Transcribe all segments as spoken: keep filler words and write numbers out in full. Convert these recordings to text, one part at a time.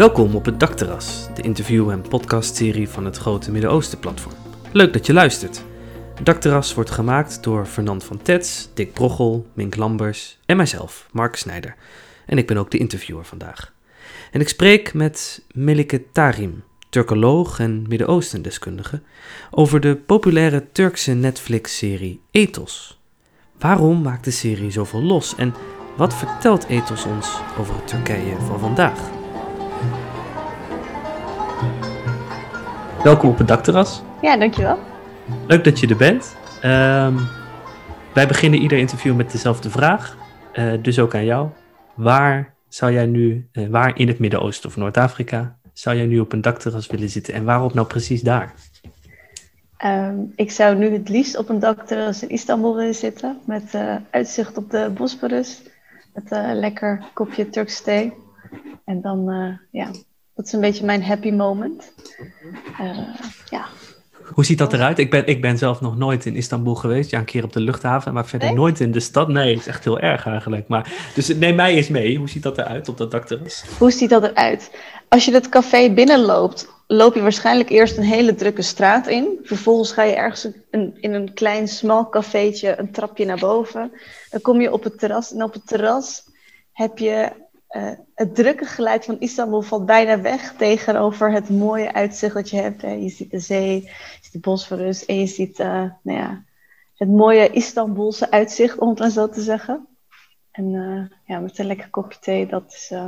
Welkom op het Dakterras, de interview- en podcastserie van het Grote Midden-Oosten-platform. Leuk dat je luistert. Het Dakterras wordt gemaakt door Fernand van Tets, Dick Broggel, Mink Lambers en mijzelf, Mark Snijder. En ik ben ook de interviewer vandaag. En ik spreek met Melike Tarim, Turkoloog en Midden-Oosten-deskundige, over de populaire Turkse Netflix-serie Ethos. Waarom maakt de serie zoveel los en wat vertelt Ethos ons over het Turkije van vandaag? Welkom op het Dakterras. Ja, dankjewel. Leuk dat je er bent. Um, wij beginnen ieder interview met dezelfde vraag, uh, dus ook aan jou. Waar zou jij nu, uh, waar in het Midden-Oosten of Noord-Afrika, zou jij nu op een dakterras willen zitten en waarom nou precies daar? Um, ik zou nu het liefst op een dakterras in Istanbul willen zitten, met uh, uitzicht op de Bosporus, met een uh, lekker kopje Turkse thee. En dan, uh, ja, dat is een beetje mijn happy moment. Uh, ja. Hoe ziet dat eruit? Ik ben, ik ben zelf nog nooit in Istanbul geweest. Ja, een keer op de luchthaven, maar verder nee? nooit in de stad. Nee, het is echt heel erg eigenlijk. Maar, dus neem mij eens mee. Hoe ziet dat eruit op dat dakterras? Hoe ziet dat eruit? Als je het café binnenloopt, loop je waarschijnlijk eerst een hele drukke straat in. Vervolgens ga je ergens een, in een klein, smal cafeetje een trapje naar boven. Dan kom je op het terras. En op het terras heb je uh, het drukke geluid van Istanbul valt bijna weg tegenover het mooie uitzicht dat je hebt. Hè. Je ziet de zee, je ziet de Bosporus en je ziet uh, nou ja, het mooie Istanbulse uitzicht, om het maar zo te zeggen. En uh, ja, met een lekker kopje thee, dat is... Uh,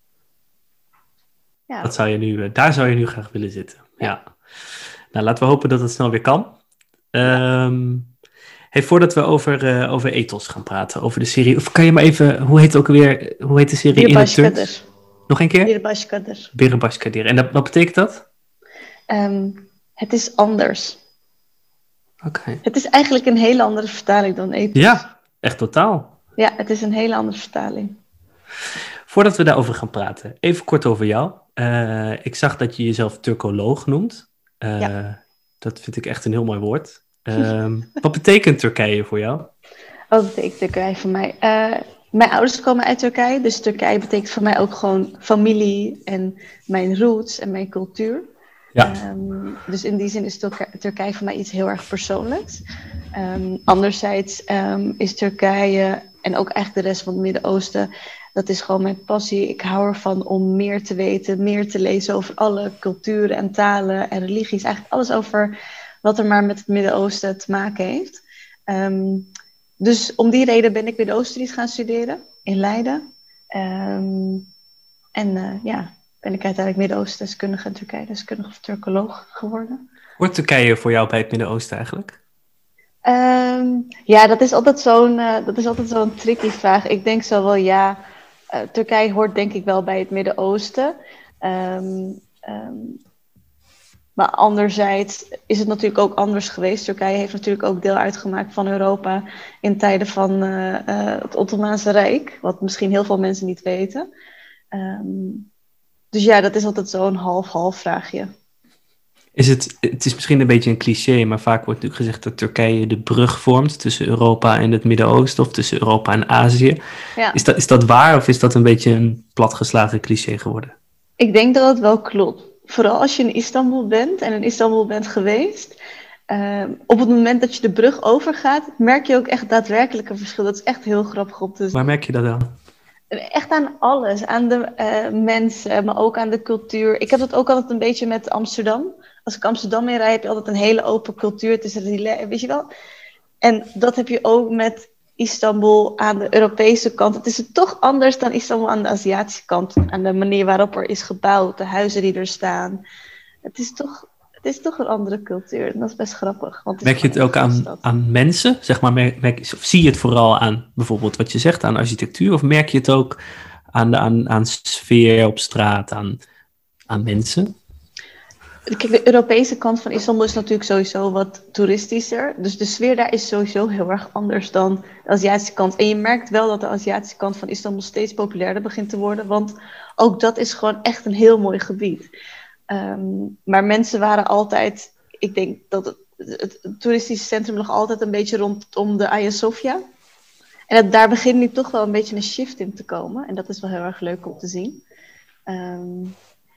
Ja. Dat zou je nu, daar zou je nu graag willen zitten. Ja. ja. Nou, laten we hopen dat het snel weer kan. Ja. Um, hey, voordat we over, uh, over Ethos gaan praten, over de serie. Of kan je maar even, hoe heet het ook weer? Hoe heet de serie in het Turks? Nog een keer? Birbaş Kader. Birbaş Kader. En dat, wat betekent dat? Um, het is anders. Oké. Okay. Het is eigenlijk een hele andere vertaling dan Ethos. Ja, echt totaal. Ja, het is een hele andere vertaling. Voordat we daarover gaan praten, even kort over jou. Uh, ik zag dat je jezelf Turkoloog noemt. Uh, ja. Dat vind ik echt een heel mooi woord. Uh, wat betekent Turkije voor jou? Wat betekent Turkije voor mij? Uh, mijn ouders komen uit Turkije, dus Turkije betekent voor mij ook gewoon familie en mijn roots en mijn cultuur. Ja. Um, dus in die zin is Turk- Turkije voor mij iets heel erg persoonlijks. Um, anderzijds um, is Turkije en ook eigenlijk de rest van het Midden-Oosten, dat is gewoon mijn passie. Ik hou ervan om meer te weten, meer te lezen over alle culturen en talen en religies. Eigenlijk alles over wat er maar met het Midden-Oosten te maken heeft. Um, dus om die reden ben ik Midden-Oosten gaan studeren in Leiden. Um, en uh, ja, ben ik uiteindelijk Midden-Oosten-deskundige en Turkije-deskundige of Turkoloog geworden. Hoort Turkije voor jou bij het Midden-Oosten eigenlijk? Um, ja, dat is altijd zo'n, uh, dat is altijd zo'n tricky vraag. Ik denk zo wel ja. Uh, Turkije hoort denk ik wel bij het Midden-Oosten. Um, um, maar anderzijds is het natuurlijk ook anders geweest. Turkije heeft natuurlijk ook deel uitgemaakt van Europa in tijden van uh, uh, het Ottomaanse Rijk. Wat misschien heel veel mensen niet weten. Um, dus ja, dat is altijd zo'n half-half vraagje. Is het, het is misschien een beetje een cliché, maar vaak wordt natuurlijk gezegd dat Turkije de brug vormt tussen Europa en het Midden-Oosten of tussen Europa en Azië. Ja. Is dat, is dat waar of is dat een beetje een platgeslagen cliché geworden? Ik denk dat het wel klopt. Vooral als je in Istanbul bent en in Istanbul bent geweest. Uh, op het moment dat je de brug overgaat, merk je ook echt daadwerkelijk een verschil. Dat is echt heel grappig om te zien. Waar merk je dat aan? Echt aan alles. Aan de uh, mensen, maar ook aan de cultuur. Ik heb dat ook altijd een beetje met Amsterdam. Als ik Amsterdam in rijd, heb je altijd een hele open cultuur. Het is relaxed, weet je wel. En dat heb je ook met Istanbul aan de Europese kant. Het is toch anders dan Istanbul aan de Aziatische kant. Aan de manier waarop er is gebouwd, de huizen die er staan. Het is toch, het is toch een andere cultuur. En dat is best grappig. Want het merk je het ook aan, aan mensen? Zeg maar, merk, merk, of zie je het vooral aan bijvoorbeeld wat je zegt, aan architectuur? Of merk je het ook aan de aan, aan sfeer op straat, aan, aan mensen? Kijk, de Europese kant van Istanbul is natuurlijk sowieso wat toeristischer. Dus de sfeer daar is sowieso heel erg anders dan de Aziatische kant. En je merkt wel dat de Aziatische kant van Istanbul steeds populairder begint te worden. Want ook dat is gewoon echt een heel mooi gebied. Um, maar mensen waren altijd... Ik denk dat het, het, het toeristische centrum nog altijd een beetje rondom de Hagia Sophia. En dat, daar begint nu toch wel een beetje een shift in te komen. En dat is wel heel erg leuk om te zien. Um,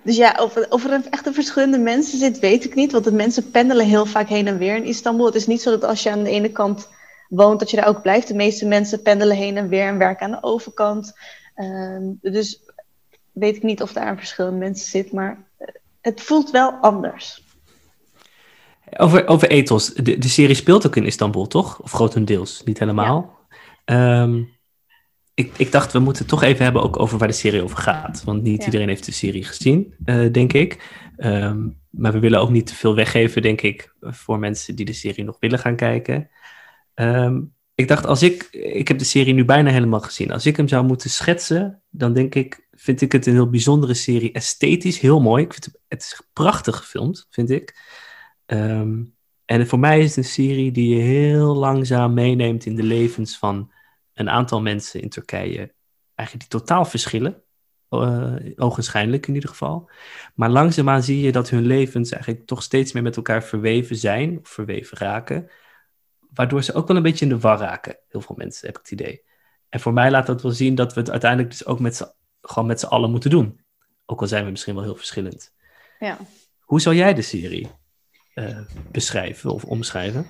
Dus ja, of, of er echt een verschillende mensen zit, weet ik niet. Want de mensen pendelen heel vaak heen en weer in Istanbul. Het is niet zo dat als je aan de ene kant woont, dat je daar ook blijft. De meeste mensen pendelen heen en weer en werken aan de overkant. Uh, dus weet ik niet of daar een verschil in mensen zit. Maar het voelt wel anders. Over, over ethos. De, de serie speelt ook in Istanbul, toch? Of grotendeels, niet helemaal. Ja. Um, ik, ik dacht, we moeten het toch even hebben ook over waar de serie over gaat. Want niet ja. iedereen heeft de serie gezien, uh, denk ik. Um, maar we willen ook niet te veel weggeven, denk ik, voor mensen die de serie nog willen gaan kijken. Um, ik dacht, als ik... Ik heb de serie nu bijna helemaal gezien. Als ik hem zou moeten schetsen, dan denk ik... Vind ik het een heel bijzondere serie. Esthetisch, heel mooi. Ik vind het, het is prachtig gefilmd, vind ik. Um, en voor mij is het een serie die je heel langzaam meeneemt in de levens van een aantal mensen in Turkije. Eigenlijk die totaal verschillen. Uh, ogenschijnlijk in ieder geval. Maar langzaamaan zie je dat hun levens eigenlijk toch steeds meer met elkaar verweven zijn. Of verweven raken. Waardoor ze ook wel een beetje in de war raken. Heel veel mensen, heb ik het idee. En voor mij laat dat wel zien dat we het uiteindelijk dus ook met z'n, gewoon met z'n allen moeten doen. Ook al zijn we misschien wel heel verschillend. Ja. Hoe zou jij de serie uh, beschrijven of omschrijven?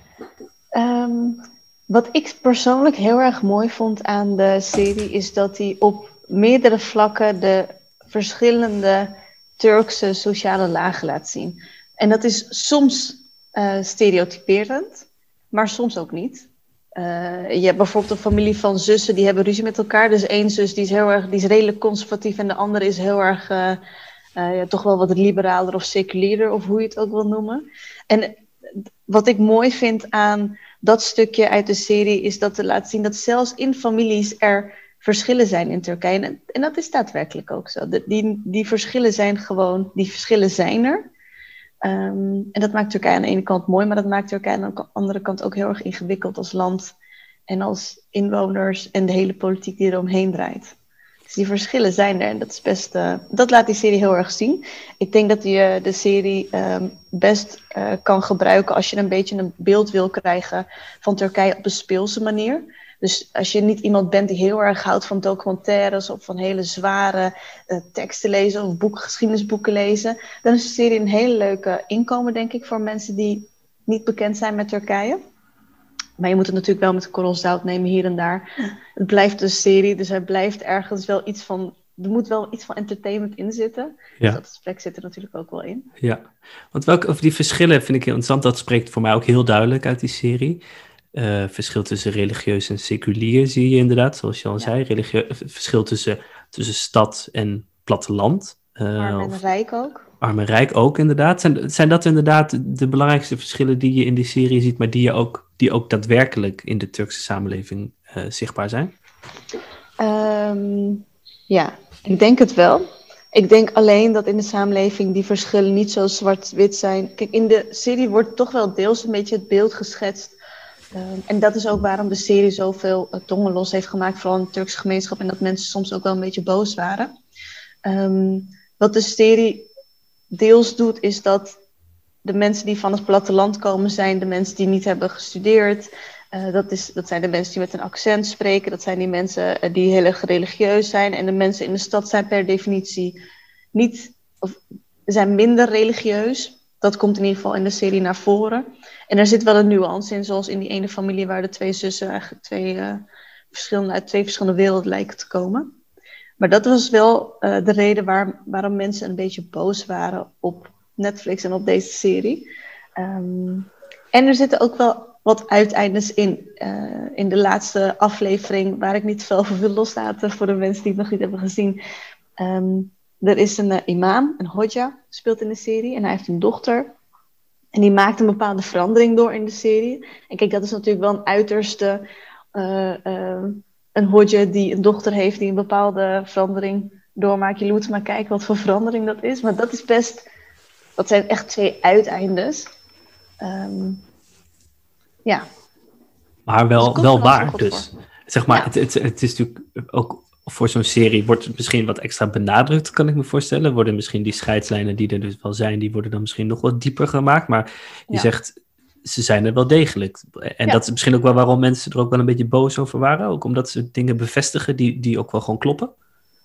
Um, wat ik persoonlijk heel erg mooi vond aan de serie is dat hij op meerdere vlakken de verschillende Turkse sociale lagen laat zien. En dat is soms uh, stereotyperend, maar soms ook niet. Uh, je hebt bijvoorbeeld een familie van zussen die hebben ruzie met elkaar. Dus één zus die is, heel erg, die is redelijk conservatief en de andere is heel erg uh, uh, ja, toch wel wat liberaler of seculierer, of hoe je het ook wil noemen. En wat ik mooi vind aan dat stukje uit de serie is dat het laat zien dat zelfs in families er verschillen zijn in Turkije. En, en dat is daadwerkelijk ook zo. De, die, die verschillen zijn gewoon, die verschillen zijn er. Um, en dat maakt Turkije aan de ene kant mooi, maar dat maakt Turkije aan de andere kant ook heel erg ingewikkeld als land en als inwoners en de hele politiek die eromheen draait. Dus die verschillen zijn er en dat is best, uh, dat laat die serie heel erg zien. Ik denk dat je de serie um, best uh, kan gebruiken als je een beetje een beeld wil krijgen van Turkije op een speelse manier. Dus als je niet iemand bent die heel erg houdt van documentaires of van hele zware uh, teksten lezen of boeken, geschiedenisboeken lezen, dan is de serie een hele leuke inkomen, denk ik, voor mensen die niet bekend zijn met Turkije. Maar je moet het natuurlijk wel met een korrel zout nemen hier en daar. Het blijft een serie, dus er blijft ergens wel iets van, er moet wel iets van entertainment in zitten. Ja. Dus dat aspect zit er natuurlijk ook wel in. Ja, want welke, of die verschillen vind ik heel interessant. Dat spreekt voor mij ook heel duidelijk uit die serie. Uh, verschil tussen religieus en seculier zie je inderdaad, zoals je al ja. zei. Religie- verschil tussen, tussen stad en platteland. Uh, arm en rijk ook. Arm en rijk ook, inderdaad. Zijn, zijn dat inderdaad de belangrijkste verschillen die je in die serie ziet, maar die, je ook, die ook daadwerkelijk in de Turkse samenleving uh, zichtbaar zijn? Um, ja, ik denk het wel. Ik denk alleen dat in de samenleving die verschillen niet zo zwart-wit zijn. Kijk, in de serie wordt toch wel deels een beetje het beeld geschetst. Um, en dat is ook waarom de serie zoveel uh, tongen los heeft gemaakt, vooral in de Turkse gemeenschap. En dat mensen soms ook wel een beetje boos waren. Um, wat de serie deels doet, is dat de mensen die van het platteland komen zijn de mensen die niet hebben gestudeerd. Uh, dat, is, dat zijn de mensen die met een accent spreken. Dat zijn die mensen uh, die heel erg religieus zijn. En de mensen in de stad zijn per definitie niet, of zijn minder religieus. Dat komt in ieder geval in de serie naar voren. En er zit wel een nuance in, zoals in die ene familie waar de twee zussen eigenlijk twee, uh, verschillende, uit twee verschillende werelden lijken te komen. Maar dat was wel uh, de reden waar, waarom mensen een beetje boos waren op Netflix en op deze serie. Um, en er zitten ook wel wat uiteindes in. Uh, in de laatste aflevering, waar ik niet veel over wil loslaten voor de mensen die het nog niet hebben gezien. Um, er is een uh, imam, een hodja, speelt in de serie. En hij heeft een dochter. En die maakt een bepaalde verandering door in de serie. En kijk, dat is natuurlijk wel een uiterste... Uh, uh, een hodja die een dochter heeft die een bepaalde verandering doormaakt. Je moet maar kijken wat voor verandering dat is. Maar dat is best... Dat zijn echt twee uiteindes. Um, ja. Maar wel, dus wel waar, dus. Voor. Zeg maar, ja. het, het, het is natuurlijk ook... Voor zo'n serie wordt het misschien wat extra benadrukt, kan ik me voorstellen. Worden misschien die scheidslijnen die er dus wel zijn, die worden dan misschien nog wat dieper gemaakt. Maar je ja. zegt, ze zijn er wel degelijk. En ja. dat is misschien ook wel waarom mensen er ook wel een beetje boos over waren. Ook omdat ze dingen bevestigen die, die ook wel gewoon kloppen.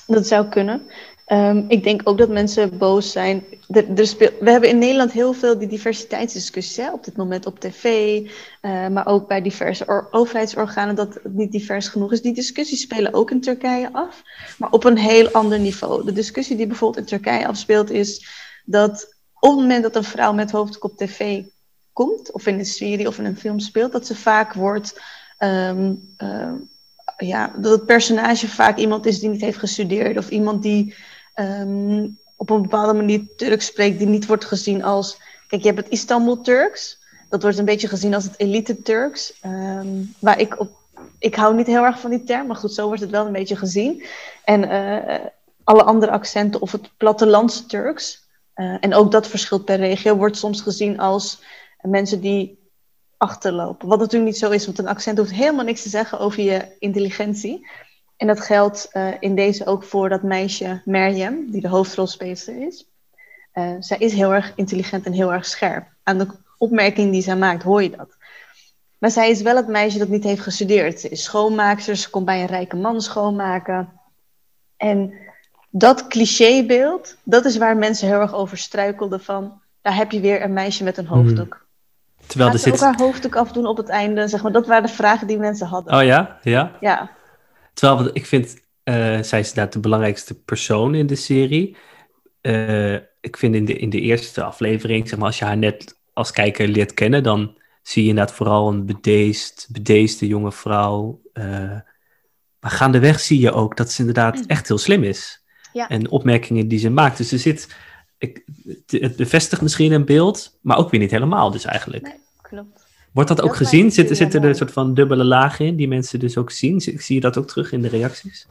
Dat zou kunnen. Um, ik denk ook dat mensen boos zijn. Er, er speel, we hebben in Nederland heel veel die diversiteitsdiscussies hè, op dit moment op tv, uh, maar ook bij diverse or- overheidsorganen dat het niet divers genoeg is. Die discussies spelen ook in Turkije af, maar op een heel ander niveau. De discussie die bijvoorbeeld in Turkije afspeelt is dat op het moment dat een vrouw met hoofddoek op tv komt, of in een serie of in een film speelt, dat ze vaak wordt... Um, uh, ja, dat het personage vaak iemand is die niet heeft gestudeerd of iemand die um, op een bepaalde manier Turks spreekt, die niet wordt gezien als... Kijk, je hebt het Istanbul-Turks. Dat wordt een beetje gezien als het elite-Turks. Um, waar ik op... Ik hou niet heel erg van die term, maar goed, zo wordt het wel een beetje gezien. En uh, alle andere accenten of het plattelands-Turks. Uh, en ook dat verschilt per regio, wordt soms gezien als mensen die achterlopen. Wat natuurlijk niet zo is, want een accent hoeft helemaal niks te zeggen over je intelligentie. En dat geldt uh, in deze ook voor dat meisje Meryem, die de hoofdrolspeelster is. Uh, zij is heel erg intelligent en heel erg scherp. Aan de opmerking die zij maakt, hoor je dat. Maar zij is wel het meisje dat niet heeft gestudeerd. Ze is schoonmaakster, ze komt bij een rijke man schoonmaken. En dat clichébeeld, dat is waar mensen heel erg over struikelden van... Daar heb je weer een meisje met een hoofddoek. Hmm. Terwijl Gaat er ze zit... ook haar hoofddoek afdoen op het einde? Zeg maar, dat waren de vragen die mensen hadden. Oh ja? Ja? Ja. Terwijl ik vind, uh, zij is inderdaad de belangrijkste persoon in de serie. Uh, ik vind in de, in de eerste aflevering, zeg maar, als je haar net als kijker leert kennen, dan zie je inderdaad vooral een bedeesd, bedeesde jonge vrouw. Uh, maar gaandeweg zie je ook dat ze inderdaad echt heel slim is. Ja. En opmerkingen die ze maakt. Dus er zit... Ik, het bevestigt misschien een beeld, maar ook weer niet helemaal dus eigenlijk. Nee, klopt. Wordt dat ook dat gezien? Zitten zit er een soort van dubbele lagen in die mensen dus ook zien? Zie je dat ook terug in de reacties?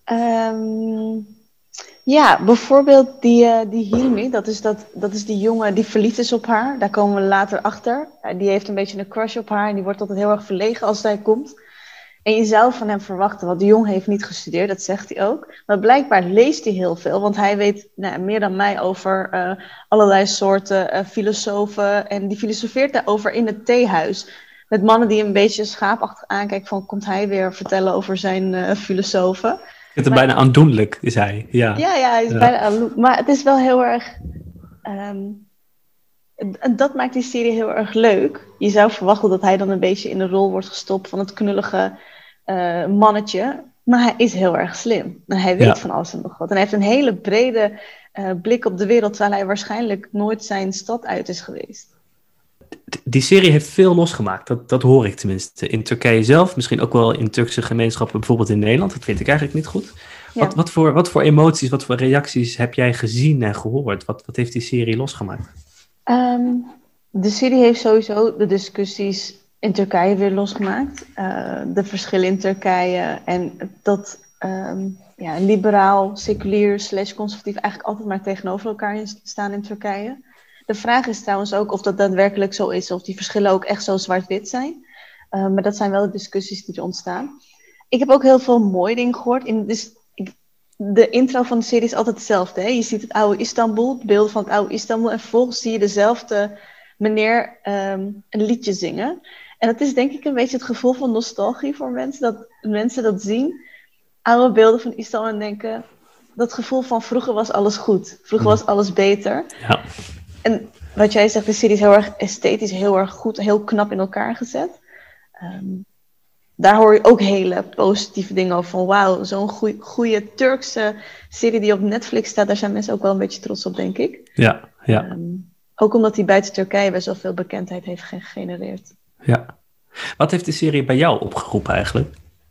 Um, ja, bijvoorbeeld die, uh, die Hilmi, dat is, dat, dat is die jongen die verliefd is op haar. Daar komen we later achter. Uh, die heeft een beetje een crush op haar en die wordt altijd heel erg verlegen als zij komt. En je zou van hem verwachten, want de jongen heeft niet gestudeerd, dat zegt hij ook. Maar blijkbaar leest hij heel veel, want hij weet nou, meer dan mij over uh, allerlei soorten uh, filosofen. En die filosofeert daarover in het theehuis. Met mannen die een beetje schaapachtig aankijken van, komt hij weer vertellen over zijn uh, filosofen. Het is maar, bijna aandoenlijk, is hij. Ja, ja, ja hij is ja. bijna aandoenlijk. Maar het is wel heel erg... Um, en dat maakt die serie heel erg leuk. Je zou verwachten dat hij dan een beetje in de rol wordt gestopt van het knullige uh, mannetje. Maar hij is heel erg slim. En hij weet ja. van alles en nog wat. En hij heeft een hele brede uh, blik op de wereld, terwijl hij waarschijnlijk nooit zijn stad uit is geweest. Die serie heeft veel losgemaakt. Dat, dat hoor ik tenminste. In Turkije zelf, misschien ook wel in Turkse gemeenschappen, bijvoorbeeld in Nederland. Dat vind ik eigenlijk niet goed. Ja. Wat, wat, voor, wat voor emoties, wat voor reacties heb jij gezien en gehoord? Wat, wat heeft die serie losgemaakt? Um, de serie heeft sowieso de discussies in Turkije weer losgemaakt. Uh, de verschillen in Turkije en dat um, ja, liberaal, seculier, slash conservatief eigenlijk altijd maar tegenover elkaar staan in Turkije. De vraag is trouwens ook of dat daadwerkelijk zo is, of die verschillen ook echt zo zwart-wit zijn. Uh, maar dat zijn wel de discussies die er ontstaan. Ik heb ook heel veel mooie dingen gehoord. In, dus, ik, de intro van de serie is altijd hetzelfde. Hè? Je ziet het oude Istanbul, beelden van het oude Istanbul. En vervolgens zie je dezelfde meneer um, een liedje zingen. En dat is denk ik een beetje het gevoel van nostalgie voor mensen. Dat mensen dat zien, oude beelden van Istanbul en denken... Dat gevoel van vroeger was alles goed. Vroeger was alles beter. Ja. En wat jij zegt, de serie is heel erg esthetisch, heel erg goed, heel knap in elkaar gezet. Um, daar hoor je ook hele positieve dingen over. Van wauw, zo'n goede Turkse serie die op Netflix staat, daar zijn mensen ook wel een beetje trots op, denk ik. Ja, ja. Um, ook omdat hij buiten Turkije best wel veel bekendheid heeft gegenereerd. Ja. Wat heeft de serie bij jou opgeroepen eigenlijk?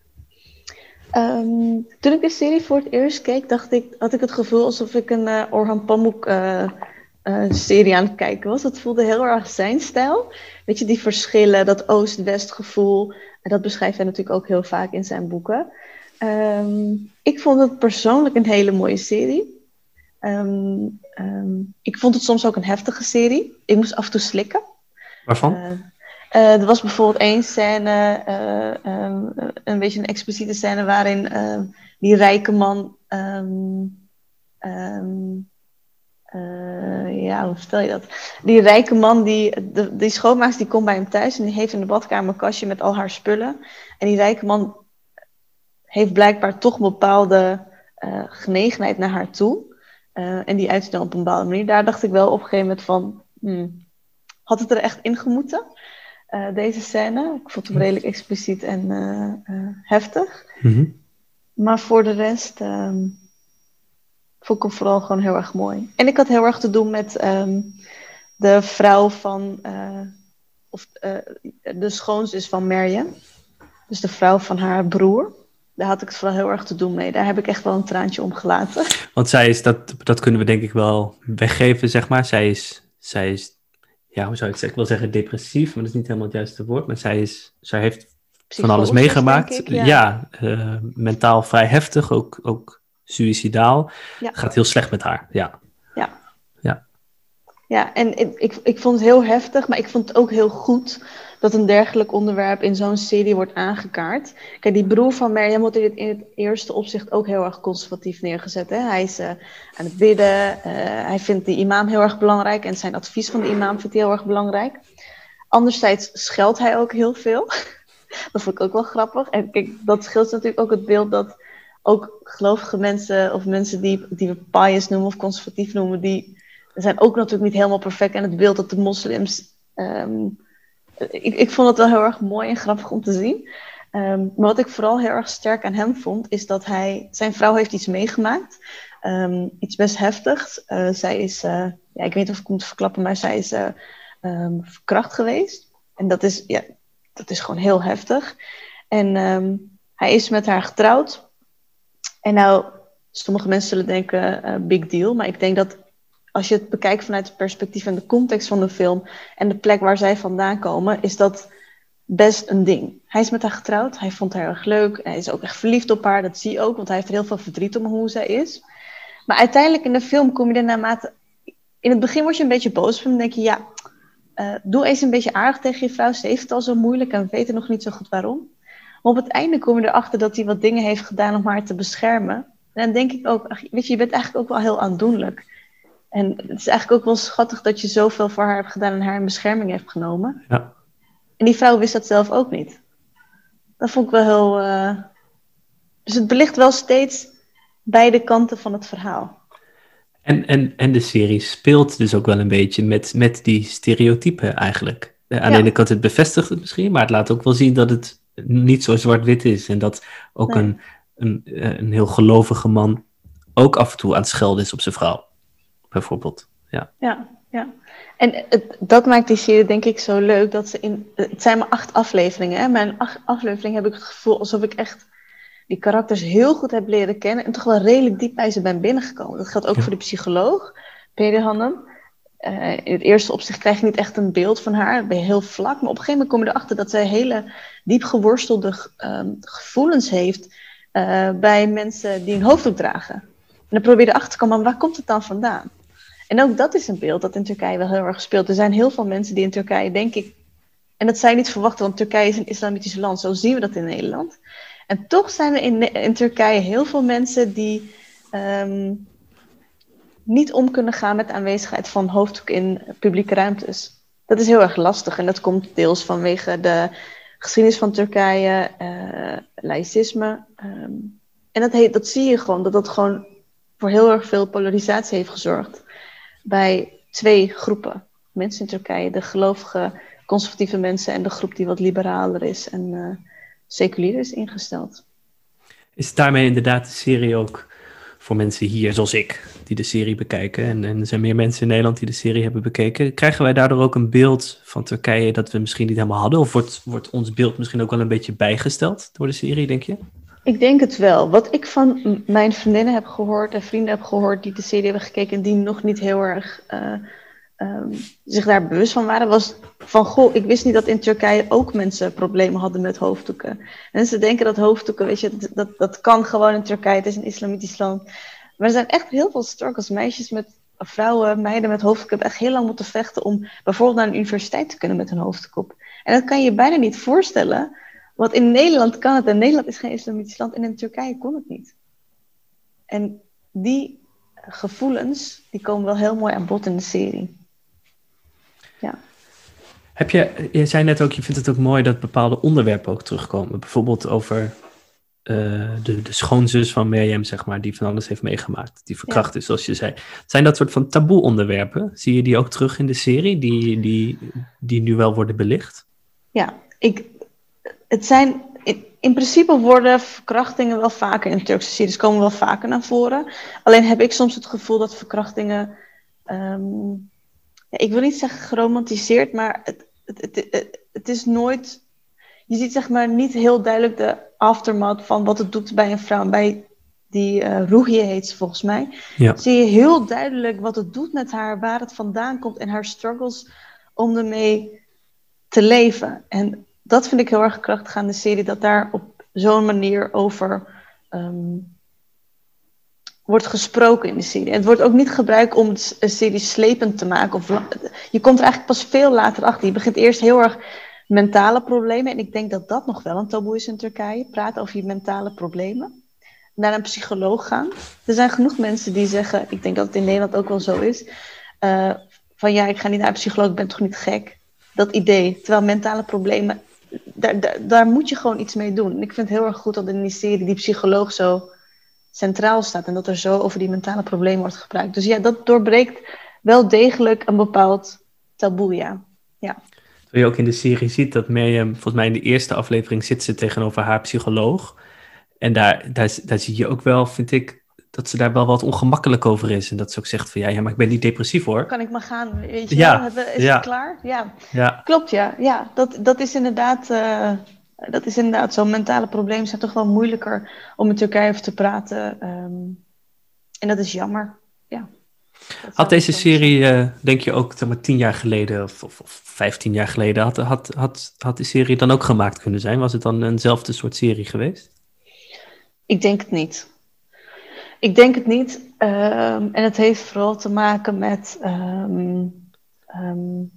Um, toen ik de serie voor het eerst keek, dacht ik, had ik het gevoel alsof ik een uh, Orhan Pamuk uh, uh, serie aan het kijken was. Dat voelde heel erg zijn stijl. Weet je, die verschillen, dat Oost-West gevoel. En dat beschrijft hij natuurlijk ook heel vaak in zijn boeken. Um, ik vond het persoonlijk een hele mooie serie. Um, um, ik vond het soms ook een heftige serie. Ik moest af en toe slikken. Waarvan? Uh, Uh, er was bijvoorbeeld één scène, uh, um, een beetje een expliciete scène, waarin uh, die rijke man, um, um, uh, ja, hoe vertel je dat? Die rijke man, die, de, die schoonmaakster, die komt bij hem thuis en die heeft in de badkamer een kastje met al haar spullen. En die rijke man heeft blijkbaar toch een bepaalde uh, genegenheid naar haar toe. Uh, en die uit dan op een bepaalde manier. Daar dacht ik wel op een gegeven moment van... Hmm, had het er echt in gemoeten, uh, deze scène? Ik vond hem redelijk expliciet en uh, uh, heftig. Mm-hmm. Maar voor de rest um, vond ik hem vooral gewoon heel erg mooi. En ik had heel erg te doen met um, de vrouw van... Uh, of uh, de schoonzus van Marion. Dus de vrouw van haar broer. Daar had ik het vooral heel erg te doen mee. Daar heb ik echt wel een traantje om gelaten. Want zij is, dat, dat kunnen we denk ik wel weggeven, zeg maar. Zij is, zij is ja, hoe zou ik het zeggen? Ik wil zeggen depressief, maar dat is niet helemaal het juiste woord. Maar zij, is, zij heeft van alles meegemaakt. Ik, ja, ja uh, mentaal vrij heftig, ook, ook suïcidaal. Ja. Het gaat heel slecht met haar, ja. Ja, ja. ja en ik, ik, ik vond het heel heftig, maar ik vond het ook heel goed... dat een dergelijk onderwerp in zo'n serie wordt aangekaart. Kijk, die broer van Mariam wordt in het, in het eerste opzicht ook heel erg conservatief neergezet. Hè? Hij is uh, aan het bidden, uh, hij vindt de imam heel erg belangrijk... en zijn advies van de imam vindt hij heel erg belangrijk. Anderzijds scheldt hij ook heel veel. Dat vond ik ook wel grappig. En kijk, dat scheelt natuurlijk ook het beeld dat... ook gelovige mensen of mensen die, die we pious noemen of conservatief noemen... die zijn ook natuurlijk niet helemaal perfect. En het beeld dat de moslims... Um, Ik, ik vond het wel heel erg mooi en grappig om te zien. Um, maar wat ik vooral heel erg sterk aan hem vond... is dat hij... Zijn vrouw heeft iets meegemaakt. Um, iets best heftigs. Uh, zij is... Uh, ja, ik weet niet of ik moet verklappen... maar zij is uh, um, verkracht geweest. En dat is... Ja, dat is gewoon heel heftig. En um, hij is met haar getrouwd. En nou... Sommige mensen zullen denken... Uh, big deal. Maar ik denk dat... Als je het bekijkt vanuit het perspectief en de context van de film... en de plek waar zij vandaan komen... is dat best een ding. Hij is met haar getrouwd. Hij vond haar erg leuk. Hij is ook echt verliefd op haar. Dat zie je ook. Want hij heeft er heel veel verdriet om hoe zij is. Maar uiteindelijk in de film kom je er naarmate... In het begin word je een beetje boos van hem. Dan denk je, ja... Uh, doe eens een beetje aardig tegen je vrouw. Ze heeft het al zo moeilijk en we weten nog niet zo goed waarom. Maar op het einde kom je erachter dat hij wat dingen heeft gedaan... om haar te beschermen. En dan denk ik ook... Ach, weet je, je bent eigenlijk ook wel heel aandoenlijk... En het is eigenlijk ook wel schattig dat je zoveel voor haar hebt gedaan en haar in bescherming heeft genomen. Ja. En die vrouw wist dat zelf ook niet. Dat vond ik wel heel... Uh... Dus het belicht wel steeds beide kanten van het verhaal. En, en, en de serie speelt dus ook wel een beetje met, met die stereotypen eigenlijk. Aan ja. de ene kant het bevestigt het misschien, maar het laat ook wel zien dat het niet zo zwart-wit is. En dat ook nee. een, een, een heel gelovige man ook af en toe aan het schelden is op zijn vrouw. Bijvoorbeeld, ja. Ja, ja. En het, dat maakt die serie denk ik zo leuk, dat ze in... Het zijn maar acht afleveringen, hè. Maar in acht afleveringen heb ik het gevoel alsof ik echt die karakters heel goed heb leren kennen en toch wel redelijk diep bij ze ben binnengekomen. Dat geldt ook ja. voor de psycholoog, Peter Hannem. Uh, in het eerste opzicht krijg je niet echt een beeld van haar, dan ben je heel vlak. Maar op een gegeven moment kom je erachter dat zij hele diep geworstelde um, gevoelens heeft uh, bij mensen die een hoofddoek dragen. En dan probeer je erachter te komen, maar waar komt het dan vandaan? En ook dat is een beeld dat in Turkije wel heel erg speelt. Er zijn heel veel mensen die in Turkije, denk ik... En dat zou je niet verwachten, want Turkije is een islamitisch land. Zo zien we dat in Nederland. En toch zijn er in, in Turkije heel veel mensen die... Um, niet om kunnen gaan met de aanwezigheid van hoofddoek in publieke ruimtes. Dat is heel erg lastig. En dat komt deels vanwege de geschiedenis van Turkije, uh, laïcisme. Um, en dat, heet, dat zie je gewoon, dat dat gewoon voor heel erg veel polarisatie heeft gezorgd. Bij twee groepen mensen in Turkije. De gelovige, conservatieve mensen en de groep die wat liberaler is en uh, seculier is ingesteld. Is daarmee inderdaad de serie ook voor mensen hier, zoals ik, die de serie bekijken? En, en er zijn meer mensen in Nederland die de serie hebben bekeken. Krijgen wij daardoor ook een beeld van Turkije dat we misschien niet helemaal hadden? Of wordt, wordt ons beeld misschien ook wel een beetje bijgesteld door de serie, denk je? Ik denk het wel. Wat ik van mijn vriendinnen heb gehoord en vrienden heb gehoord die de serie hebben gekeken en die nog niet heel erg uh, um, zich daar bewust van waren, was van, goh, ik wist niet dat in Turkije ook mensen problemen hadden met hoofddoeken. En ze denken dat hoofddoeken, weet je, dat, dat kan gewoon in Turkije, het is een islamitisch land. Maar er zijn echt heel veel struggles. Meisjes met, vrouwen, meiden met hoofddoek hebben echt heel lang moeten vechten om bijvoorbeeld naar een universiteit te kunnen met een hoofddoek op. En dat kan je je bijna niet voorstellen. Want in Nederland kan het, en Nederland is geen islamitisch land, en in Turkije kon het niet. En die gevoelens, die komen wel heel mooi aan bod in de serie. Ja. Heb je, je zei net ook, je vindt het ook mooi dat bepaalde onderwerpen ook terugkomen. Bijvoorbeeld over uh, de, de schoonzus van Meryem, zeg maar, die van alles heeft meegemaakt. Die verkracht ja. is, zoals je zei. Zijn dat soort van taboe onderwerpen? Zie je die ook terug in de serie, die, die, die nu wel worden belicht? Ja, ik, het zijn... In, in principe worden verkrachtingen wel vaker in Turkse series, komen wel vaker naar voren. Alleen heb ik soms het gevoel dat verkrachtingen... Um, ja, ik wil niet zeggen geromantiseerd, maar het, het, het, het, het is nooit... Je ziet zeg maar niet heel duidelijk de aftermath van wat het doet bij een vrouw. Bij die uh, Ruhiye heet ze volgens mij. Ja. Zie je heel duidelijk wat het doet met haar, waar het vandaan komt en haar struggles om ermee te leven. En dat vind ik heel erg krachtig aan de serie, dat daar op zo'n manier over um, wordt gesproken in de serie. En het wordt ook niet gebruikt om een serie slepend te maken. Of, je komt er eigenlijk pas veel later achter. Je begint eerst heel erg mentale problemen. En ik denk dat dat nog wel een taboe is in Turkije. Praten over je mentale problemen. Naar een psycholoog gaan. Er zijn genoeg mensen die zeggen, ik denk dat het in Nederland ook wel zo is, uh, van ja, ik ga niet naar een psycholoog, ik ben toch niet gek. Dat idee. Terwijl mentale problemen, daar, daar, daar moet je gewoon iets mee doen. En ik vind het heel erg goed dat in die serie die psycholoog zo centraal staat en dat er zo over die mentale problemen wordt gebruikt. Dus ja, dat doorbreekt wel degelijk een bepaald taboe, ja. ja. Terwijl je ook in de serie ziet dat Meryem, volgens mij in de eerste aflevering zit ze tegenover haar psycholoog. En daar, daar, daar zie je ook wel, vind ik, dat ze daar wel wat ongemakkelijk over is. En dat ze ook zegt van ja, ja maar ik ben niet depressief hoor. Kan ik maar gaan, weet je ja, wel? Is ja. het klaar? Ja, ja. Klopt ja. ja dat, dat is inderdaad... Uh... Dat is inderdaad zo. Mentale problemen zijn toch wel moeilijker om in Turkije over te praten. Um, en dat is jammer. Ja. Dat had deze serie, uh, denk je ook zeg maar, tien jaar geleden of, of, of vijftien jaar geleden, had, had, had, had die serie dan ook gemaakt kunnen zijn? Was het dan eenzelfde soort serie geweest? Ik denk het niet. Ik denk het niet. Um, en het heeft vooral te maken met... Um, um,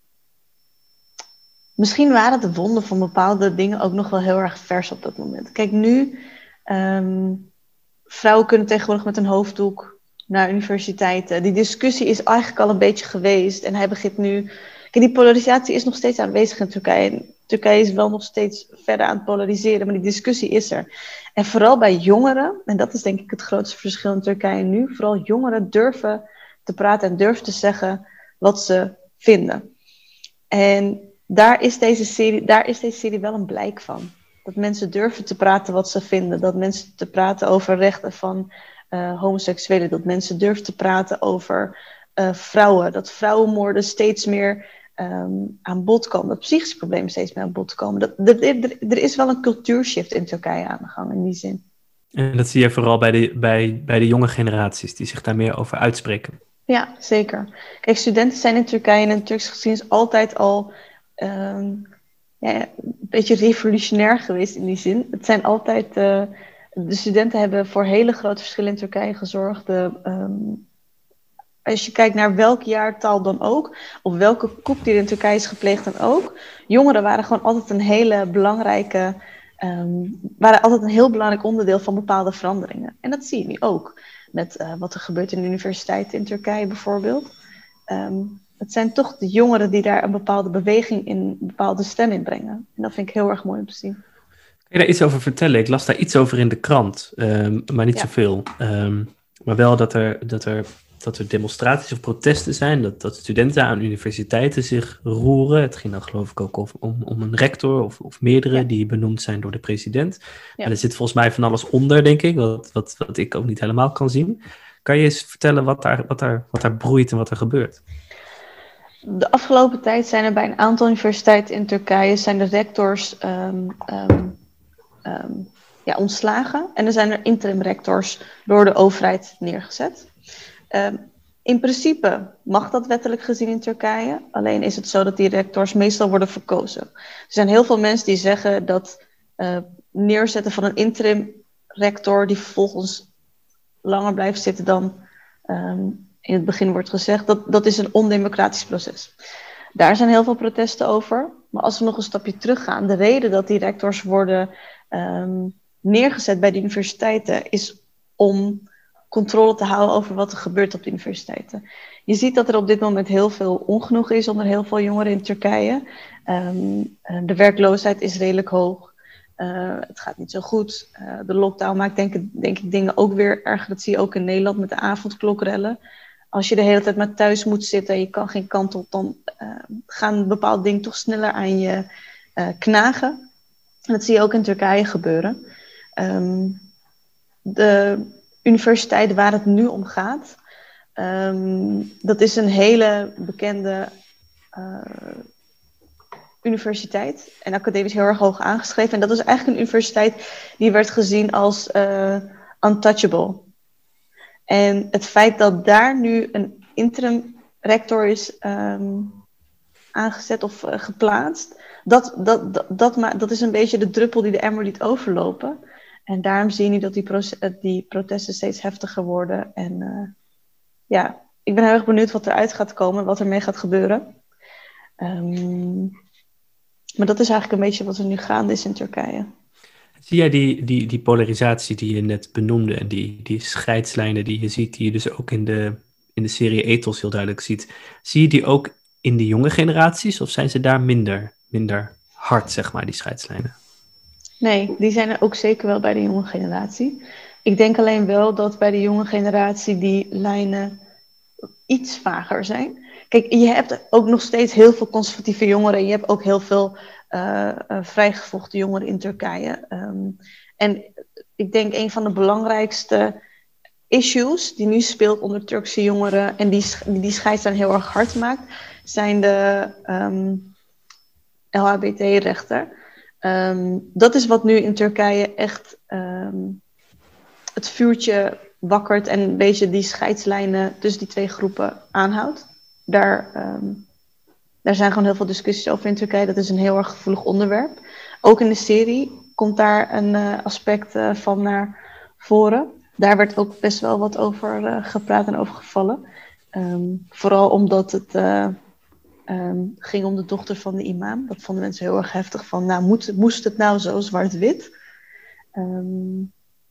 Misschien waren de wonden van bepaalde dingen ook nog wel heel erg vers op dat moment. Kijk, nu, um, vrouwen kunnen tegenwoordig met een hoofddoek naar universiteiten. Die discussie is eigenlijk al een beetje geweest. En hij begint nu... Kijk, die polarisatie is nog steeds aanwezig in Turkije. En Turkije is wel nog steeds verder aan het polariseren, maar die discussie is er. En vooral bij jongeren, en dat is denk ik het grootste verschil in Turkije nu, vooral jongeren durven te praten en durven te zeggen wat ze vinden. En... Daar is, deze serie, daar is deze serie wel een blijk van. Dat mensen durven te praten wat ze vinden. Dat mensen te praten over rechten van uh, homoseksuelen. Dat mensen durven te praten over uh, vrouwen. Dat vrouwenmoorden steeds meer um, aan bod komen. Dat psychische problemen steeds meer aan bod komen. Dat, dat, er, er is wel een cultuurshift in Turkije aan de gang in die zin. En dat zie je vooral bij de, bij, bij de jonge generaties die zich daar meer over uitspreken. Ja, zeker. Kijk, studenten zijn in Turkije en in de Turkse geschiedenis altijd al... Um, ja, een beetje revolutionair geweest in die zin. Het zijn altijd... Uh, de studenten hebben voor hele grote verschillen in Turkije gezorgd. De, um, als je kijkt naar welk jaartal dan ook, of welke coup die in Turkije is gepleegd dan ook, jongeren waren gewoon altijd een hele belangrijke... Um, waren altijd een heel belangrijk onderdeel van bepaalde veranderingen. En dat zie je nu ook. Met uh, wat er gebeurt in de universiteiten in Turkije bijvoorbeeld. Um, Het zijn toch de jongeren die daar een bepaalde beweging in, een bepaalde stem in brengen. En dat vind ik heel erg mooi om te zien. Kun je daar iets over vertellen? Ik las daar iets over in de krant, um, maar niet ja. zoveel. Um, maar wel dat er, dat, er, dat er demonstraties of protesten zijn, dat, dat studenten aan universiteiten zich roeren. Het ging dan geloof ik ook om, om een rector of, of meerdere ja. die benoemd zijn door de president. Ja. Maar er zit volgens mij van alles onder, denk ik, wat, wat, wat ik ook niet helemaal kan zien. Kan je eens vertellen wat daar, wat daar, wat daar broeit en wat er gebeurt? De afgelopen tijd zijn er bij een aantal universiteiten in Turkije zijn de rectors um, um, um, ja, ontslagen. En er zijn er interim rectors door de overheid neergezet. Um, in principe mag dat wettelijk gezien in Turkije. Alleen is het zo dat die rectors meestal worden verkozen. Er zijn heel veel mensen die zeggen dat uh, neerzetten van een interim rector die vervolgens langer blijft zitten dan... Um, in het begin wordt gezegd, dat, dat is een ondemocratisch proces. Daar zijn heel veel protesten over. Maar als we nog een stapje teruggaan, de reden dat die rectors worden um, neergezet bij de universiteiten is om controle te houden over wat er gebeurt op de universiteiten. Je ziet dat er op dit moment heel veel ongenoeg is onder heel veel jongeren in Turkije. Um, de werkloosheid is redelijk hoog. Uh, het gaat niet zo goed. Uh, de lockdown maakt denk ik, denk ik dingen ook weer erger. Dat zie je ook in Nederland met de avondklokrellen. Als je de hele tijd maar thuis moet zitten en je kan geen kant op, dan uh, gaan bepaalde dingen toch sneller aan je uh, knagen. En dat zie je ook in Turkije gebeuren. Um, de universiteit waar het nu om gaat, um, dat is een hele bekende uh, universiteit en academisch heel erg hoog aangeschreven. En dat is eigenlijk een universiteit die werd gezien als uh, untouchable. En het feit dat daar nu een interim rector is um, aangezet of uh, geplaatst, dat, dat, dat, dat, ma- dat is een beetje de druppel die de emmer liet overlopen. En daarom zie je nu dat die, proce- die protesten steeds heftiger worden. En uh, ja, ik ben heel erg benieuwd wat eruit gaat komen, wat ermee gaat gebeuren. Um, maar dat is eigenlijk een beetje wat er nu gaande is in Turkije. Zie jij die, die, die polarisatie die je net benoemde en die, die scheidslijnen die je ziet, die je dus ook in de, in de serie Ethos heel duidelijk ziet, zie je die ook in de jonge generaties of zijn ze daar minder, minder hard, zeg maar, die scheidslijnen? Nee, die zijn er ook zeker wel bij de jonge generatie. Ik denk alleen wel dat bij de jonge generatie die lijnen iets vager zijn. Kijk, je hebt ook nog steeds heel veel conservatieve jongeren. Je hebt ook heel veel uh, uh, vrijgevochten jongeren in Turkije. Um, en ik denk een van de belangrijkste issues die nu speelt onder Turkse jongeren en die, die scheidslijn heel erg hard maakt, zijn de um, L H B T-rechten. Um, dat is wat nu in Turkije echt um, het vuurtje wakkert en een beetje die scheidslijnen tussen die twee groepen aanhoudt. Daar, um, daar zijn gewoon heel veel discussies over in Turkije. Dat is een heel erg gevoelig onderwerp. Ook in de serie komt daar een uh, aspect uh, van naar voren. Daar werd ook best wel wat over uh, gepraat en over gevallen. Um, vooral omdat het uh, um, ging om de dochter van de imam. Dat vonden mensen heel erg heftig. Van, nou, moet, moest het nou zo zwart-wit? Um,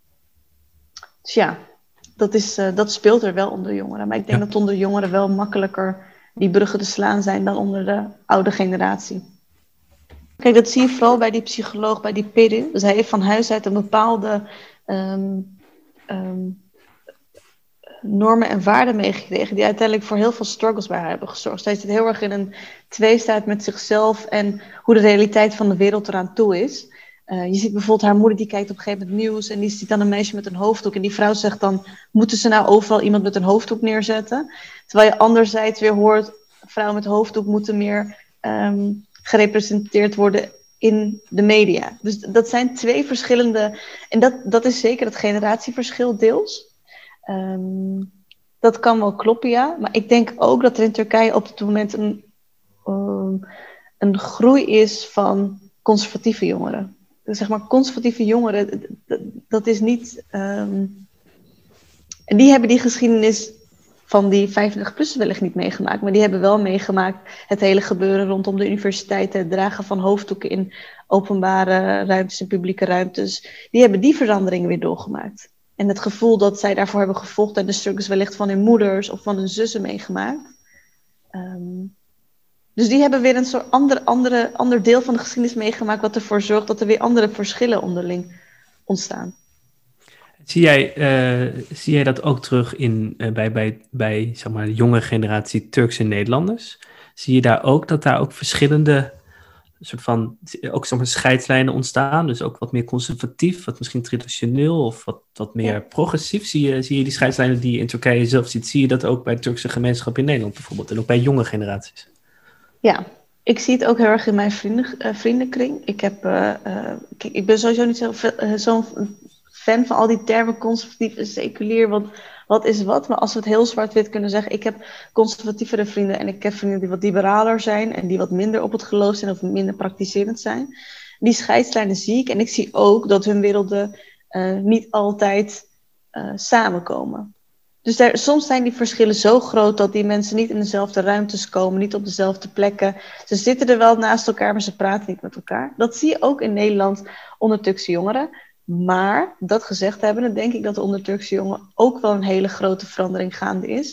dus ja, dat, is, uh, dat speelt er wel onder jongeren. Maar ik denk ja. dat onder jongeren wel makkelijker die bruggen te slaan zijn dan onder de oude generatie. Kijk, dat zie je vooral bij die psycholoog, bij die Peri. Dus hij heeft van huis uit een bepaalde um, um, normen en waarden meegekregen die uiteindelijk voor heel veel struggles bij haar hebben gezorgd. Hij zit heel erg in een tweestrijd met zichzelf en hoe de realiteit van de wereld eraan toe is. Uh, je ziet bijvoorbeeld haar moeder die kijkt op een gegeven moment nieuws en die ziet dan een meisje met een hoofddoek en die vrouw zegt dan, moeten ze nou overal iemand met een hoofddoek neerzetten? Terwijl je anderzijds weer hoort, vrouwen met hoofddoek moeten meer um, gerepresenteerd worden in de media. Dus dat zijn twee verschillende, en dat, dat is zeker het generatieverschil deels. Um, dat kan wel kloppen, ja. Maar ik denk ook dat er in Turkije op dit moment een, um, een groei is van conservatieve jongeren. Dus zeg maar conservatieve jongeren, dat, dat is niet... Um, en die hebben die geschiedenis van die vijfendertig-plussers wellicht niet meegemaakt. Maar die hebben wel meegemaakt het hele gebeuren rondom de universiteiten. Het dragen van hoofddoeken in openbare ruimtes en publieke ruimtes. Die hebben die veranderingen weer doorgemaakt. En het gevoel dat zij daarvoor hebben gevochten en de struggles wellicht van hun moeders of van hun zussen meegemaakt. Um, dus die hebben weer een soort ander, andere, ander deel van de geschiedenis meegemaakt, wat ervoor zorgt dat er weer andere verschillen onderling ontstaan. Zie jij, uh, zie jij dat ook terug in, uh, bij, bij, bij zeg maar, de jonge generatie Turkse Nederlanders? Zie je daar ook dat daar ook verschillende soort van, ook zeg maar, scheidslijnen ontstaan? Dus ook wat meer conservatief, wat misschien traditioneel of wat, wat meer ja. progressief? Zie je, zie je die scheidslijnen die je in Turkije zelf ziet? Zie je dat ook bij de Turkse gemeenschap in Nederland bijvoorbeeld? En ook bij jonge generaties? Ja, ik zie het ook heel erg in mijn vrienden, uh, vriendenkring. Ik, heb, uh, uh, kijk, ik ben sowieso niet zo, uh, zo'n fan van al die termen conservatief en seculier, want wat is wat? Maar als we het heel zwart-wit kunnen zeggen, ik heb conservatievere vrienden en ik heb vrienden die wat liberaler zijn en die wat minder op het geloof zijn of minder praktiserend zijn. Die scheidslijnen zie ik en ik zie ook dat hun werelden uh, niet altijd uh, samenkomen. Dus daar, soms zijn die verschillen zo groot dat die mensen niet in dezelfde ruimtes komen, niet op dezelfde plekken. Ze zitten er wel naast elkaar, maar ze praten niet met elkaar. Dat zie je ook in Nederland onder Turkse jongeren. Maar, dat gezegd hebbende, denk ik dat er onder Turkse jongeren ook wel een hele grote verandering gaande is.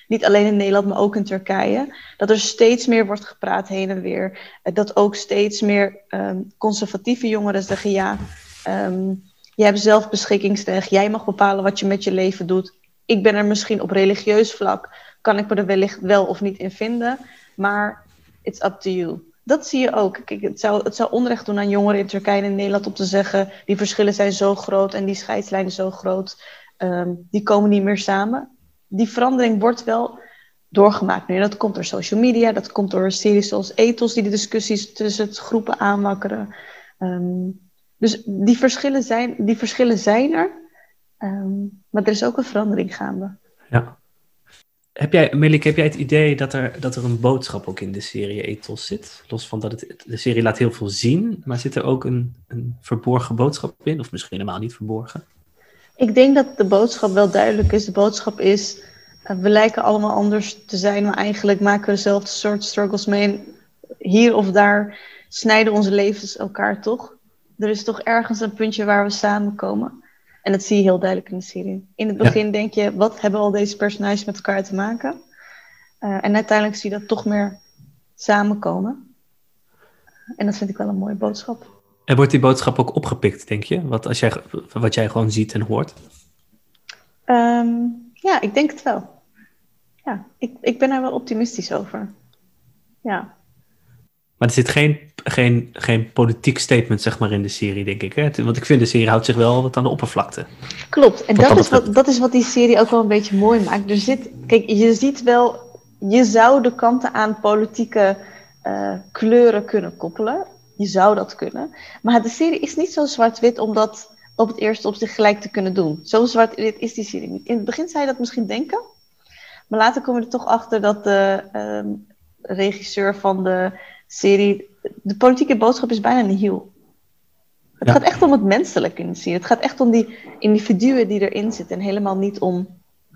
niet alleen in Nederland, maar ook in Turkije. Dat er steeds meer wordt gepraat heen en weer. Dat ook steeds meer um, conservatieve jongeren zeggen, ja, um, jij hebt zelf beschikkingsrecht. Jij mag bepalen wat je met je leven doet. Ik ben er misschien op religieus vlak, kan ik me er wellicht wel of niet in vinden. Maar it's up to you. Dat zie je ook. Kijk, het, zou, het zou onrecht doen aan jongeren in Turkije en in Nederland om te zeggen, die verschillen zijn zo groot en die scheidslijnen zo groot. Um, die komen niet meer samen. Die verandering wordt wel doorgemaakt nu. Dat komt door social media, dat komt door series zoals Ethos, die de discussies tussen het groepen aanwakkeren. Um, dus die verschillen zijn, die verschillen zijn er, um, maar er is ook een verandering gaande. Ja. Heb jij, Melik, heb jij het idee dat er, dat er een boodschap ook in de serie Ethos zit? Los van dat het, de serie laat heel veel zien, maar zit er ook een, een verborgen boodschap in? Of misschien helemaal niet verborgen? Ik denk dat de boodschap wel duidelijk is. De boodschap is, uh, we lijken allemaal anders te zijn, maar eigenlijk maken we dezelfde soort struggles mee. Hier of daar snijden onze levens elkaar toch. Er is toch ergens een puntje waar we samenkomen. En dat zie je heel duidelijk in de serie. In het begin ja. denk je, wat hebben al deze personages met elkaar te maken? Uh, en uiteindelijk zie je dat toch meer samenkomen. En dat vind ik wel een mooie boodschap. En wordt die boodschap ook opgepikt, denk je? Wat, als jij, wat jij gewoon ziet en hoort? Um, ja, ik denk het wel. Ja, ik, ik ben er wel optimistisch over. Ja. Maar er zit geen, geen, geen politiek statement, zeg maar, in de serie, denk ik. Hè? Want ik vind de serie houdt zich wel wat aan de oppervlakte. Klopt, en dat, dat, is wat, dat is wat die serie ook wel een beetje mooi maakt. Er zit, kijk, je ziet wel, je zou de kanten aan politieke uh, kleuren kunnen koppelen. Je zou dat kunnen. Maar de serie is niet zo zwart-wit om dat op het eerste opzicht gelijk te kunnen doen. Zo zwart-wit is die serie niet. In het begin zou je dat misschien denken. Maar later kom je er toch achter dat de um, regisseur van de serie... De politieke boodschap is bijna nihil. Het ja. gaat echt om het menselijke in de serie. Het gaat echt om die individuen die erin zitten. En helemaal niet om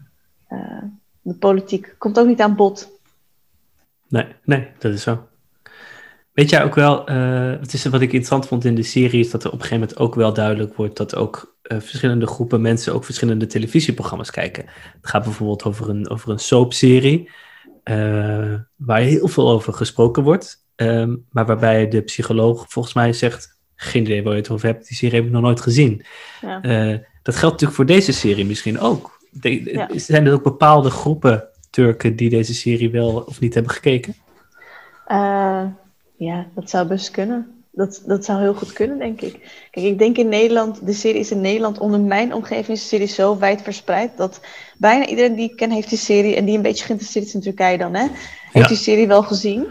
uh, de politiek. Komt ook niet aan bod. Nee, nee, dat is zo. Weet jij ook wel, uh, het is wat ik interessant vond in de serie, is dat er op een gegeven moment ook wel duidelijk wordt dat ook uh, verschillende groepen mensen ook verschillende televisieprogramma's kijken. Het gaat bijvoorbeeld over een, over een soapserie, uh, waar heel veel over gesproken wordt, um, maar waarbij de psycholoog volgens mij zegt, geen idee waar je het over hebt, die serie heb ik nog nooit gezien. Ja. Uh, dat geldt natuurlijk voor deze serie misschien ook. De, ja. Zijn er ook bepaalde groepen Turken die deze serie wel of niet hebben gekeken? Uh... Ja, dat zou best kunnen. Dat, dat zou heel goed kunnen, denk ik. Kijk, ik denk in Nederland, de serie is in Nederland, onder mijn omgeving is de serie zo wijd verspreid, dat bijna iedereen die ik ken heeft die serie, en die een beetje geïnteresseerd is in Turkije dan, hè, heeft ja. die serie wel gezien.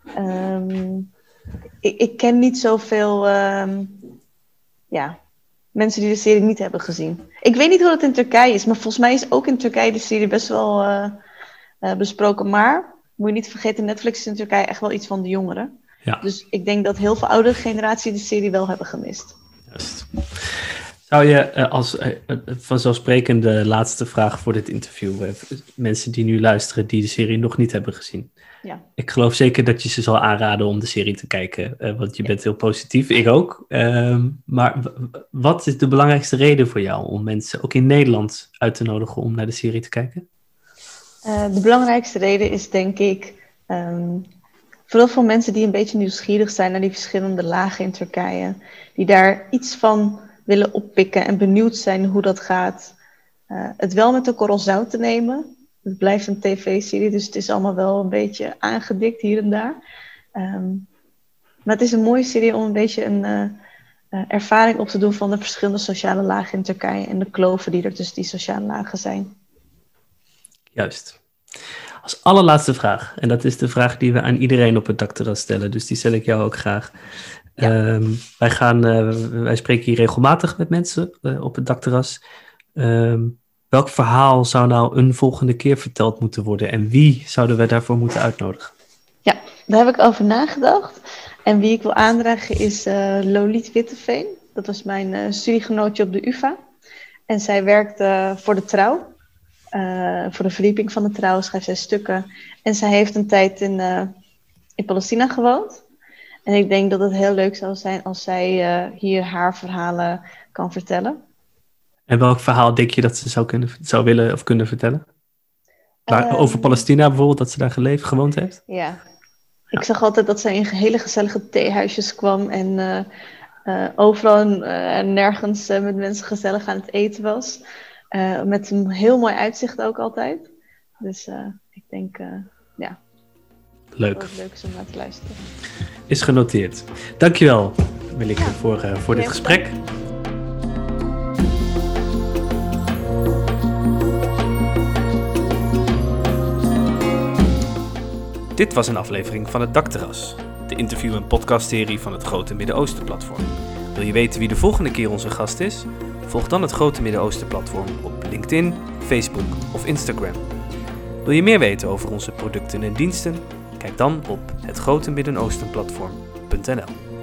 Um, ik, ik ken niet zoveel um, ja, mensen die de serie niet hebben gezien. Ik weet niet hoe dat in Turkije is, maar volgens mij is ook in Turkije de serie best wel uh, uh, besproken. Maar, moet je niet vergeten, Netflix is in Turkije echt wel iets van de jongeren. Ja. Dus ik denk dat heel veel oudere generaties de serie wel hebben gemist. Juist. Zou je als vanzelfsprekende laatste vraag voor dit interview, mensen die nu luisteren die de serie nog niet hebben gezien. Ja. Ik geloof zeker dat je ze zal aanraden om de serie te kijken, want je ja. bent heel positief, ik ook. Um, maar wat is de belangrijkste reden voor jou om mensen ook in Nederland uit te nodigen om naar de serie te kijken? Uh, de belangrijkste reden is denk ik... Um, Vooral voor mensen die een beetje nieuwsgierig zijn naar die verschillende lagen in Turkije. Die daar iets van willen oppikken en benieuwd zijn hoe dat gaat. Uh, het wel met een korrel zout te nemen. Het blijft een tv-serie, dus het is allemaal wel een beetje aangedikt hier en daar. Um, maar het is een mooie serie om een beetje een uh, uh, ervaring op te doen van de verschillende sociale lagen in Turkije. En de kloven die er tussen die sociale lagen zijn. Juist. Als allerlaatste vraag, en dat is de vraag die we aan iedereen op het dakterras stellen, dus die stel ik jou ook graag. Ja. Um, wij, gaan, uh, wij spreken hier regelmatig met mensen uh, op het dakterras. Um, welk verhaal zou nou een volgende keer verteld moeten worden en wie zouden we daarvoor moeten uitnodigen? Ja, daar heb ik over nagedacht. En wie ik wil aandragen is uh, Loliet Witteveen. Dat was mijn uh, studiegenootje op de U vA. En zij werkte uh, voor de Trouw. Uh, voor de verdieping van de Trouw schrijft zij stukken. En zij heeft een tijd in, uh, in Palestina gewoond. En ik denk dat het heel leuk zou zijn als zij uh, hier haar verhalen kan vertellen. En welk verhaal denk je dat ze zou, kunnen, zou willen of kunnen vertellen? Waar, Uh, over Palestina bijvoorbeeld, dat ze daar geleefd, gewoond heeft? Ja. Ik zag altijd dat ze in hele gezellige theehuisjes kwam en uh, uh, overal en uh, nergens uh, met mensen gezellig aan het eten was. Uh, met een heel mooi uitzicht ook altijd. Dus uh, ik denk, uh, ja. Leuk. Dat het leuk is om naar te luisteren. Is genoteerd. Dankjewel, Melike, ja. voor, uh, voor dit ja, gesprek. Dit was een aflevering van het Dakterras, de interview- en podcastserie van het Grote Midden-Oosten Platform. Wil je weten wie de volgende keer onze gast is? Volg dan het Grote Midden-Oosten Platform op LinkedIn, Facebook of Instagram. Wil je meer weten over onze producten en diensten? Kijk dan op het grote midden oosten platform punt n l.